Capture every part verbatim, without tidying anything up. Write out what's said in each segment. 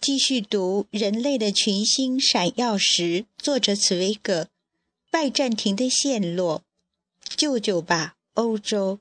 继续读《人类的群星闪耀时》，作者茨威格。拜占庭的陷落，救救吧，欧洲！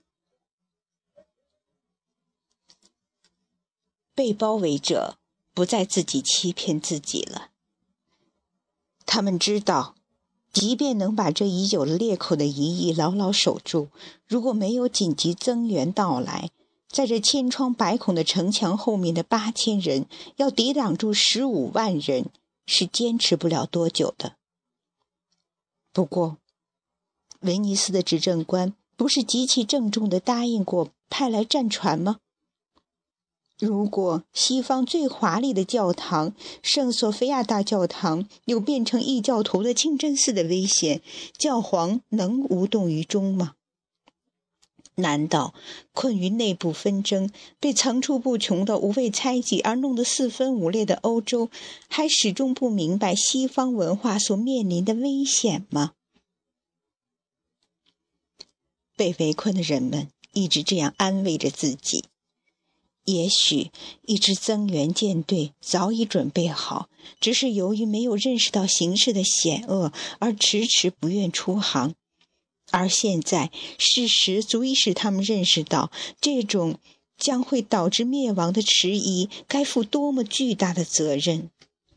被包围者不再自己欺骗自己了。他们知道，即便能把这已有了裂口的一役牢牢守住，如果没有紧急增援到来，在这千疮百孔的城墙后面的八千人要抵挡住十五万人，是坚持不了多久的。不过，威尼斯的执政官不是极其郑重地答应过派来战船吗？如果西方最华丽的教堂圣索菲亚大教堂有变成异教徒的清真寺的危险，教皇能无动于衷吗？难道困于内部纷争，被层出不穷的无谓猜忌而弄得四分五裂的欧洲，还始终不明白西方文化所面临的危险吗？被围困的人们一直这样安慰着自己，也许一支增援舰队早已准备好，只是由于没有认识到形势的险恶而迟迟不愿出航。而现在，事实足以使他们认识到，这种将会导致灭亡的迟疑该负多么巨大的责任。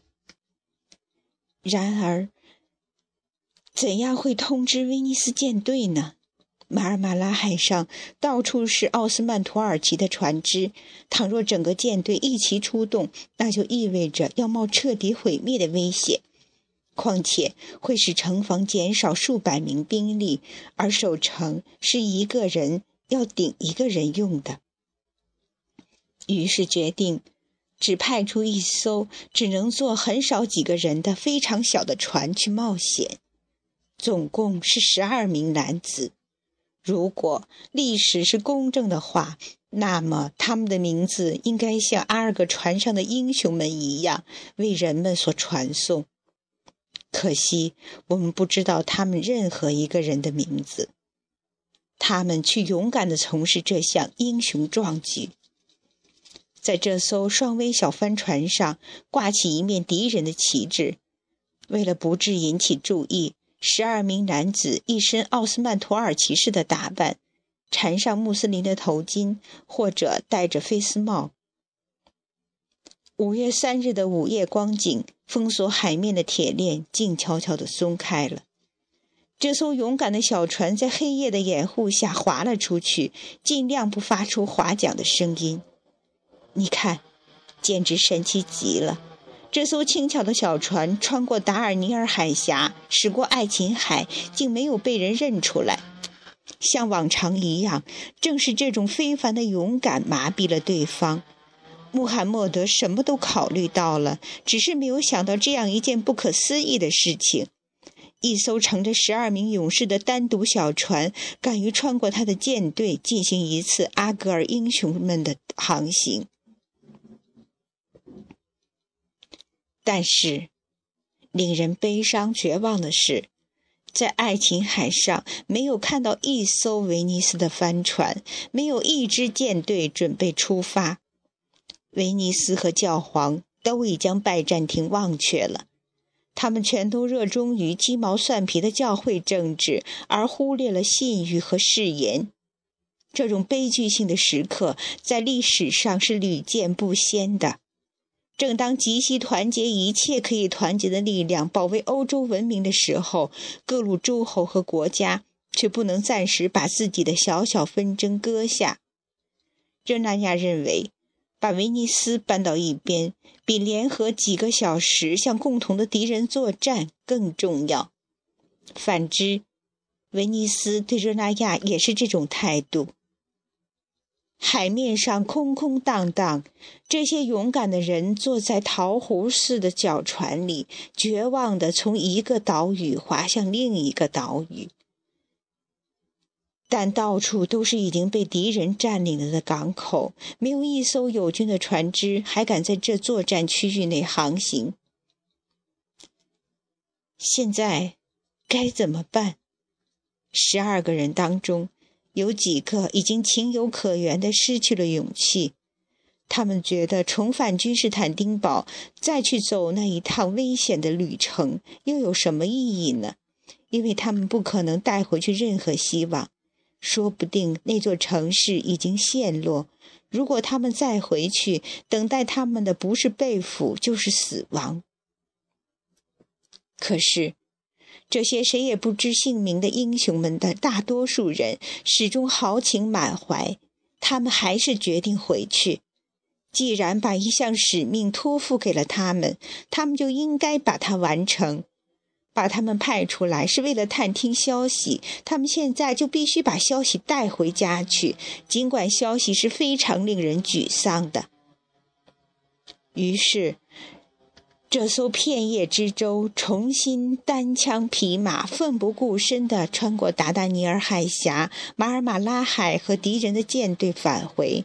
然而，怎样会通知威尼斯舰队呢？马尔马拉海上到处是奥斯曼土耳其的船只，倘若整个舰队一齐出动，那就意味着要冒彻底毁灭的危险。况且会使城防减少数百名兵力，而守城是一个人要顶一个人用的。于是决定只派出一艘只能坐很少几个人的非常小的船去冒险，总共是十二名男子。如果历史是公正的话，那么他们的名字应该像阿尔戈船上的英雄们一样为人们所传颂。可惜我们不知道他们任何一个人的名字。他们去勇敢地从事这项英雄壮举。在这艘双桅小帆船上挂起一面敌人的旗帜，为了不致引起注意，十二名男子一身奥斯曼土耳其式的打扮，缠上穆斯林的头巾，或者戴着菲斯帽。五月三日的午夜光景，封锁海面的铁链静悄悄地松开了。这艘勇敢的小船在黑夜的掩护下划了出去，尽量不发出划桨的声音。你看，简直神奇极了！这艘轻巧的小船穿过达尔尼尔海峡，驶过爱琴海，竟没有被人认出来。像往常一样，正是这种非凡的勇敢麻痹了对方。穆罕默德什么都考虑到了，只是没有想到这样一件不可思议的事情。一艘乘着十二名勇士的单独小船，敢于穿过他的舰队，进行一次阿格尔英雄们的航行。但是，令人悲伤绝望的是，在爱琴海上没有看到一艘威尼斯的帆船，没有一支舰队准备出发。威尼斯和教皇都已将拜占庭忘却了，他们全都热衷于鸡毛蒜皮的教会政治，而忽略了信誉和誓言。这种悲剧性的时刻在历史上是屡见不鲜的。正当极其团结一切可以团结的力量保卫欧洲文明的时候，各路诸侯和国家却不能暂时把自己的小小纷争搁下。热那亚认为，把威尼斯搬到一边，比联合几个小时向共同的敌人作战更重要。反之，威尼斯对热那亚也是这种态度。海面上空空荡荡，这些勇敢的人坐在桃核似的小船里，绝望地从一个岛屿滑向另一个岛屿。但到处都是已经被敌人占领了的港口，没有一艘友军的船只还敢在这作战区域内航行。现在该怎么办？十二个人当中，有几个已经情有可原地失去了勇气。 他们觉得重返君士坦丁堡，再去走那一趟危险的旅程，又有什么意义呢？因为他们不可能带回去任何希望，说不定那座城市已经陷落。如果他们再回去，等待他们的不是被俘，就是死亡。可是，这些谁也不知姓名的英雄们的大多数人始终豪情满怀，他们还是决定回去。既然把一项使命托付给了他们，他们就应该把它完成。把他们派出来是为了探听消息，他们现在就必须把消息带回家去，尽管消息是非常令人沮丧的。于是，这艘片叶之舟重新单枪匹马、奋不顾身地穿过达达尼尔海峡、马尔马拉海和敌人的舰队返回。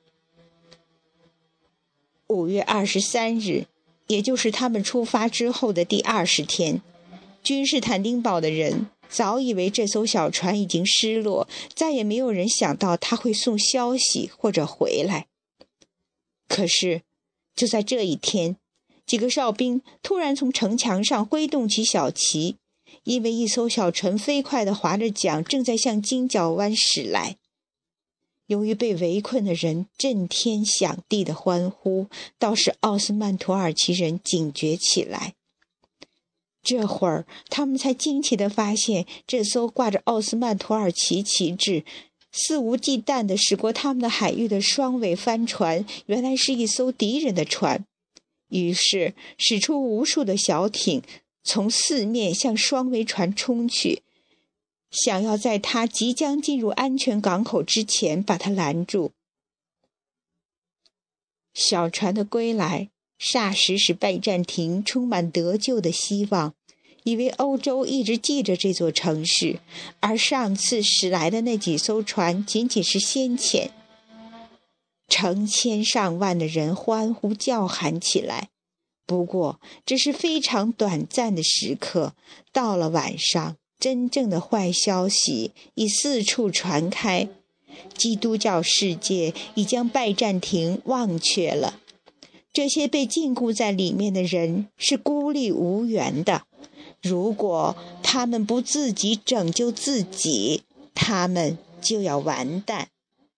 五月二十三日，也就是他们出发之后的第二十天，君士坦丁堡的人早以为这艘小船已经失落，再也没有人想到他会送消息或者回来。可是，就在这一天，几个哨兵突然从城墙上挥动起小旗，因为一艘小船飞快地划着桨，正在向金角湾驶来。由于被围困的人震天响地的欢呼，倒使奥斯曼土耳其人警觉起来。这会儿，他们才惊奇地发现，这艘挂着奥斯曼土耳其旗帜、肆无忌惮地驶过他们的海域的双尾帆船，原来是一艘敌人的船。于是，使出无数的小艇，从四面向双桅船冲去，想要在它即将进入安全港口之前把它拦住。小船的归来霎时使拜占庭充满得救的希望，以为欧洲一直记着这座城市，而上次驶来的那几艘船仅仅是先遣。成千上万的人欢呼叫喊起来。不过这是非常短暂的时刻，到了晚上，真正的坏消息已四处传开，基督教世界已将拜占庭忘却了。这些被禁锢在里面的人是孤立无援的，如果他们不自己拯救自己，他们就要完蛋。